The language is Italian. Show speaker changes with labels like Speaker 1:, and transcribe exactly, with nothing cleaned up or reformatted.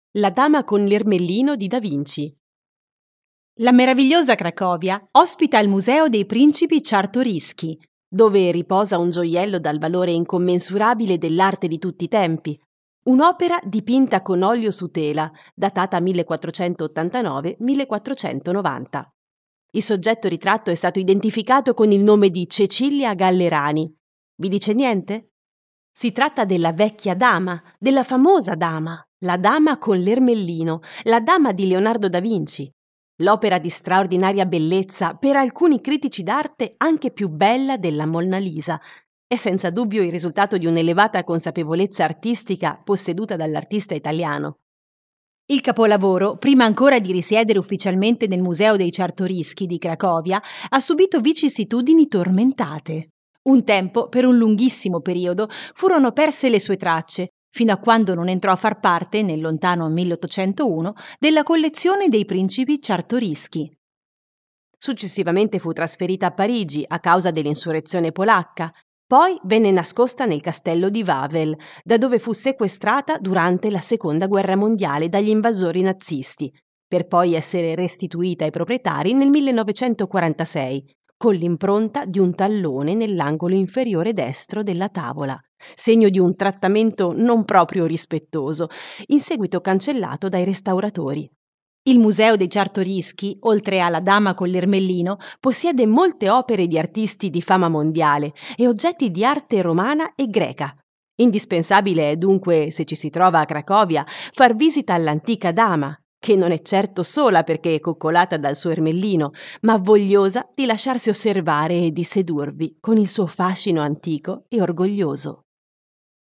Speaker 1: La dama con l'ermellino di Da Vinci.
Speaker 2: La meravigliosa Cracovia ospita il Museo dei Principi Czartoryski,
Speaker 1: dove riposa un gioiello dal valore incommensurabile dell'arte di tutti i tempi, un'opera dipinta con olio su tela, datata millequattrocentottantanove millequattrocentonovanta. Il soggetto ritratto è stato identificato con il nome di Cecilia Gallerani. Vi dice niente? Si tratta della vecchia dama, della famosa dama, la dama con l'ermellino, la dama di Leonardo da Vinci. L'opera di straordinaria bellezza, per alcuni critici d'arte anche più bella della Monna Lisa, è senza dubbio il risultato di un'elevata consapevolezza artistica posseduta dall'artista italiano.
Speaker 2: Il capolavoro, prima ancora di risiedere ufficialmente nel Museo dei Czartoryski di Cracovia, ha subito vicissitudini tormentate. Un tempo, per un lunghissimo periodo, furono perse le sue tracce, fino a quando non entrò a far parte, nel lontano milleottocentouno, della collezione dei principi Czartoryski.
Speaker 1: Successivamente fu trasferita a Parigi a causa dell'insurrezione polacca, poi venne nascosta nel castello di Wawel, da dove fu sequestrata durante la Seconda Guerra Mondiale dagli invasori nazisti, per poi essere restituita ai proprietari nel millenovecentoquarantasei, con l'impronta di un tallone nell'angolo inferiore destro della tavola, segno di un trattamento non proprio rispettoso, in seguito cancellato dai restauratori.
Speaker 2: Il Museo dei Czartoryski, oltre alla Dama con l'ermellino, possiede molte opere di artisti di fama mondiale e oggetti di arte romana e greca. Indispensabile è dunque, se ci si trova a Cracovia, far visita all'antica dama, che non è certo sola perché è coccolata dal suo ermellino, ma vogliosa di lasciarsi osservare e di sedurvi con il suo fascino antico e orgoglioso.